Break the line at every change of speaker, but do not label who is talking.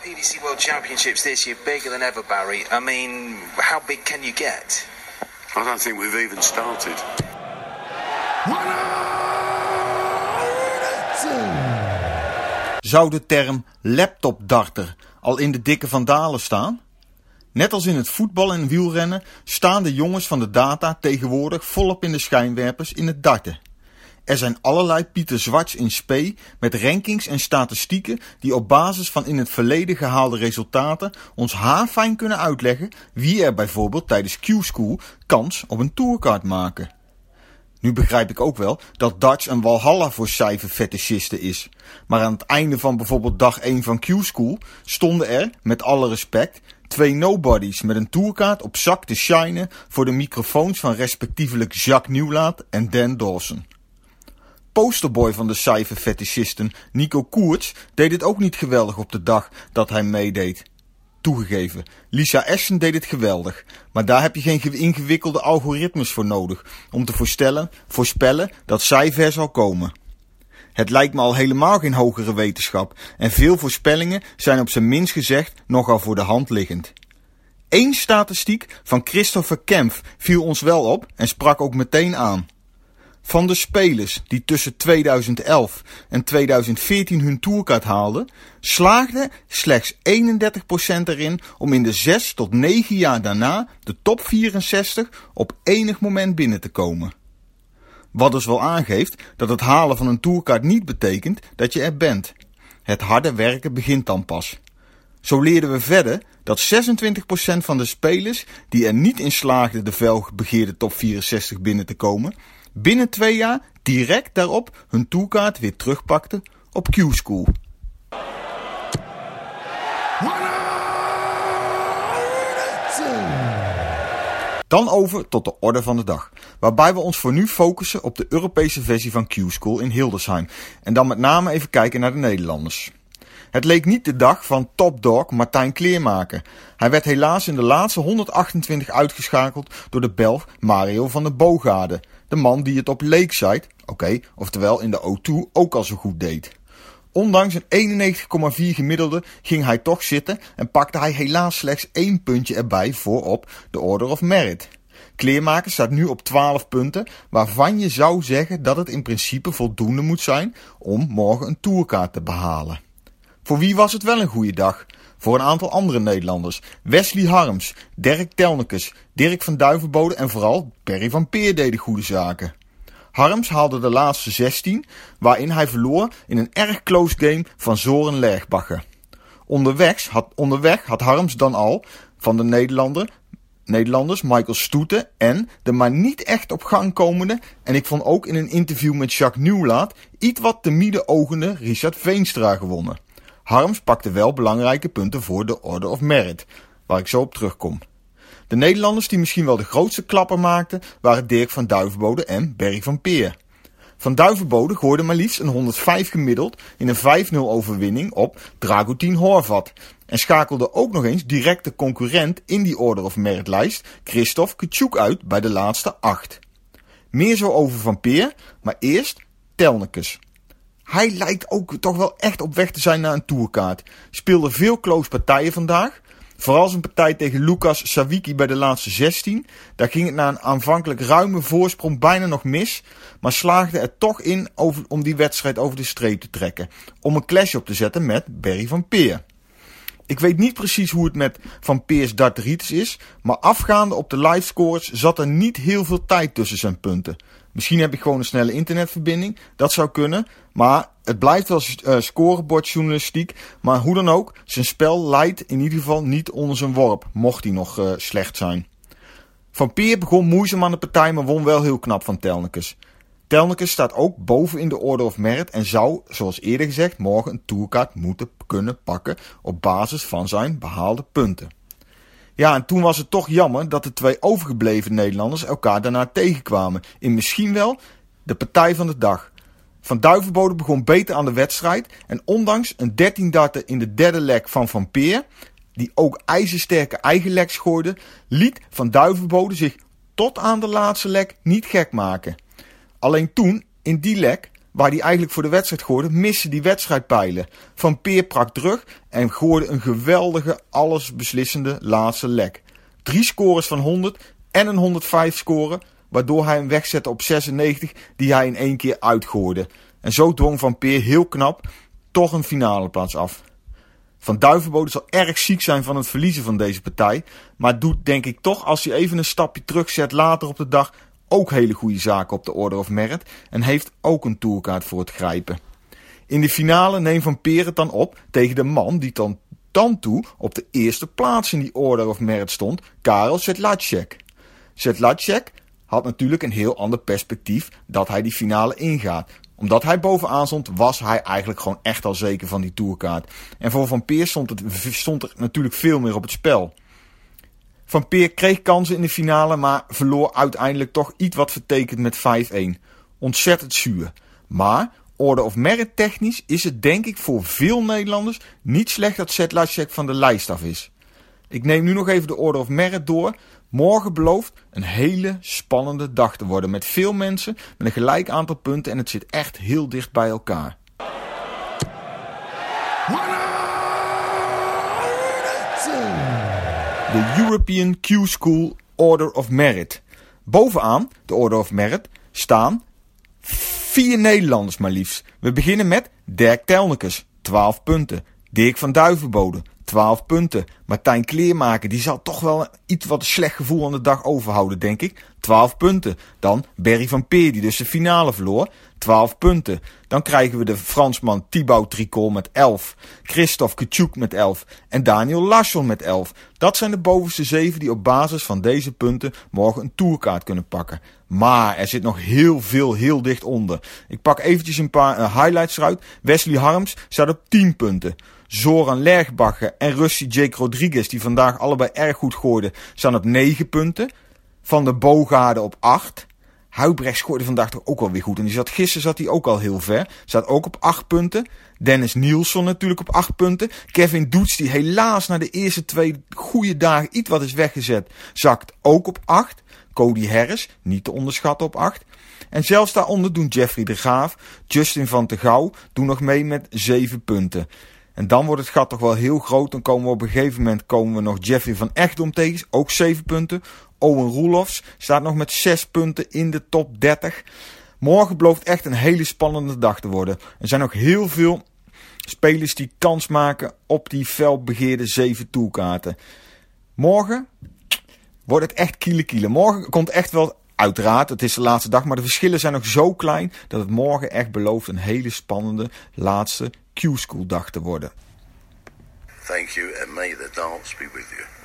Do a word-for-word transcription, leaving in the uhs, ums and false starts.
P D C World Championships this year, bigger than ever, Barry. I mean, how big can you get?
I don't think we've even started.
Zou de term laptopdarter al in de dikke vandalen staan? Net als in het voetbal en wielrennen staan de jongens van de data tegenwoordig volop in de schijnwerpers in het darten. Er zijn allerlei Pieter Zwarts in spe met rankings en statistieken die op basis van in het verleden gehaalde resultaten ons haarfijn kunnen uitleggen wie er bijvoorbeeld tijdens Q-School kans op een tourkaart maken. Nu begrijp ik ook wel dat darts een walhalla voor cijferfetischisten is. Maar aan het einde van bijvoorbeeld dag één van Q-School stonden er, met alle respect, twee nobodies met een tourkaart op zak te shinen voor de microfoons van respectievelijk Jacques Nieuwlaat en Dan Dawson. Posterboy van de cijferfetischisten Nico Koerts deed het ook niet geweldig op de dag dat hij meedeed. Toegegeven, Lisa Ashton deed het geweldig, maar daar heb je geen ingewikkelde algoritmes voor nodig om te voorstellen, voorspellen dat zij ver zal komen. Het lijkt me al helemaal geen hogere wetenschap en veel voorspellingen zijn op zijn minst gezegd nogal voor de hand liggend. Eén statistiek van Christopher Kempf viel ons wel op en sprak ook meteen aan. Van de spelers die tussen tweeduizend elf en tweeduizend veertien hun tourkaart haalden, slaagde slechts eenendertig procent erin om in de zes tot negen jaar daarna de top vierenzestig op enig moment binnen te komen. Wat dus wel aangeeft dat het halen van een tourkaart niet betekent dat je er bent. Het harde werken begint dan pas. Zo leerden we verder dat zesentwintig procent van de spelers die er niet in slaagden de felbegeerde top vierenzestig binnen te komen, binnen twee jaar direct daarop hun tourkaart weer terugpakten op Q-School. Dan over tot de orde van de dag, waarbij we ons voor nu focussen op de Europese versie van Q-School in Hildesheim en dan met name even kijken naar de Nederlanders. Het leek niet de dag van topdog Martijn Kleermaker. Hij werd helaas in de laatste honderdachtentwintig uitgeschakeld door de Belg Mario van der Boogaarde, de man die het op Lakeside, oké, okay, oftewel in de O twee, ook al zo goed deed. Ondanks een eenennegentig komma vier gemiddelde ging hij toch zitten en pakte hij helaas slechts één puntje erbij voorop de Order of Merit. Kleermaker staat nu op twaalf punten, waarvan je zou zeggen dat het in principe voldoende moet zijn om morgen een tourkaart te behalen. Voor wie was het wel een goede dag? Voor een aantal andere Nederlanders. Wesley Harms, Dirk Telnekes, Dirk van Duivenbode en vooral Perry van Peer deden goede zaken. Harms haalde de laatste zestien, waarin hij verloor in een erg close game van Zoren Lerchbacher. Onderweg had, onderweg had Harms dan al van de Nederlander, Nederlanders Michael Stoeten en de maar niet echt op gang komende, en ik vond ook in een interview met Jacques Nieuwlaat, iets wat te middenogende Richard Veenstra gewonnen. Harms pakte wel belangrijke punten voor de Order of Merit, waar ik zo op terugkom. De Nederlanders die misschien wel de grootste klapper maakten, waren Dirk van Duivenbode en Berry van Peer. Van Duivenbode gooide maar liefst een honderdvijf gemiddeld in een vijf nul overwinning op Dragutin Horvat. En schakelde ook nog eens direct de concurrent in die Order of Merit lijst, Christophe Kutschuk, uit bij de laatste acht. Meer zo over Van Peer, maar eerst Telnekes. Hij lijkt ook toch wel echt op weg te zijn naar een tourkaart. Speelde veel close partijen vandaag. Vooral zijn partij tegen Lucas Sawicki bij de laatste zestien. Daar ging het na een aanvankelijk ruime voorsprong bijna nog mis. Maar slaagde er toch in over, om die wedstrijd over de streep te trekken. Om een clash op te zetten met Berry van Peer. Ik weet niet precies hoe het met Van Peers darteritis is. Maar afgaande op de livescores zat er niet heel veel tijd tussen zijn punten. Misschien heb ik gewoon een snelle internetverbinding. Dat zou kunnen. Maar het blijft wel uh, scorebordjournalistiek. Maar hoe dan ook, zijn spel leidt in ieder geval niet onder zijn worp. Mocht hij nog uh, slecht zijn. Van Peer begon moeizaam aan de partij, maar won wel heel knap van Telnekes. Telnekes staat ook boven in de Order of Merit en zou, zoals eerder gezegd, morgen een tourkaart moeten kunnen pakken op basis van zijn behaalde punten. Ja, en toen was het toch jammer dat de twee overgebleven Nederlanders elkaar daarna tegenkwamen. In misschien wel de partij van de dag. Van Duivenbode begon beter aan de wedstrijd. En ondanks een dertien darten in de derde leg van Van Peer, die ook ijzersterke eigen legs gooide, liet Van Duivenbode zich tot aan de laatste leg niet gek maken. Alleen toen, in die leg, waar hij eigenlijk voor de wedstrijd gooide, missen die wedstrijdpijlen. Van Peer prak terug en gooide een geweldige, allesbeslissende laatste lek. Drie scores van honderd en een honderdvijf score, waardoor hij hem wegzette op zesennegentig, die hij in één keer uitgooide. En zo dwong Van Peer heel knap toch een finale plaats af. Van Duivenbode zal erg ziek zijn van het verliezen van deze partij, maar doet denk ik toch, als hij even een stapje terugzet later op de dag, ook hele goede zaken op de Order of Merit en heeft ook een tourkaart voor het grijpen. In de finale neemt Van Peer het dan op tegen de man die dan, dan toe op de eerste plaats in die Order of Merit stond, Karel Sedlacek. Sedlacek had natuurlijk een heel ander perspectief dat hij die finale ingaat. Omdat hij bovenaan stond, was hij eigenlijk gewoon echt al zeker van die tourkaart. En voor Van Peer stond, het, stond er natuurlijk veel meer op het spel. Van Peer kreeg kansen in de finale, maar verloor uiteindelijk toch iets wat vertekend met vijf-een. Ontzettend zuur. Maar Order of Merit technisch is het denk ik voor veel Nederlanders niet slecht dat Sedlacek van de lijst af is. Ik neem nu nog even de Order of Merit door. Morgen belooft een hele spannende dag te worden met veel mensen, met een gelijk aantal punten en het zit echt heel dicht bij elkaar. De European Q-School Order of Merit. Bovenaan de Order of Merit staan vier Nederlanders maar liefst. We beginnen met Dirk Telnekes, twaalf punten. Dirk van Duivenbode, twaalf punten. Martijn Kleermaker, die zal toch wel iets wat een slecht gevoel aan de dag overhouden, denk ik. twaalf punten. Dan Berry van Peer, die dus de finale verloor. twaalf punten. Dan krijgen we de Fransman Thibaut Tricot met elf. Christophe Kutschuk met elf. En Daniel Larsson met elf. Dat zijn de bovenste zeven die op basis van deze punten morgen een tourkaart kunnen pakken. Maar er zit nog heel veel heel dicht onder. Ik pak eventjes een paar uh, highlights eruit. Wesley Harms staat op tien punten. Zoran Lerchbacher en Rusty Jake Rodriguez, die vandaag allebei erg goed gooiden, staan op negen punten. Van der Boogaarde op acht. Huibrecht scoorde vandaag toch ook wel weer goed. En die zat, gisteren zat hij ook al heel ver. Staat ook op acht punten. Dennis Nielsen natuurlijk op acht punten. Kevin Doets, die helaas na de eerste twee goede dagen iets wat is weggezet, zakt ook op acht. Cody Harris, niet te onderschatten, op acht. En zelfs daaronder doen Jeffrey de Graaf, Justin van te Gouw doen nog mee met zeven punten. En dan wordt het gat toch wel heel groot. Dan komen we op een gegeven moment komen we nog Jeffrey van Echtdom tegen, ook zeven punten. Owen Roelofs staat nog met zes punten in de top dertig. Morgen belooft echt een hele spannende dag te worden. Er zijn nog heel veel spelers die kans maken op die felbegeerde zeven tourkaarten. Morgen wordt het echt kiele kiele. Morgen komt echt wel, uiteraard, het is de laatste dag, maar de verschillen zijn nog zo klein dat het morgen echt belooft een hele spannende laatste Q-School dag te worden.
Thank you and may the dance be with you.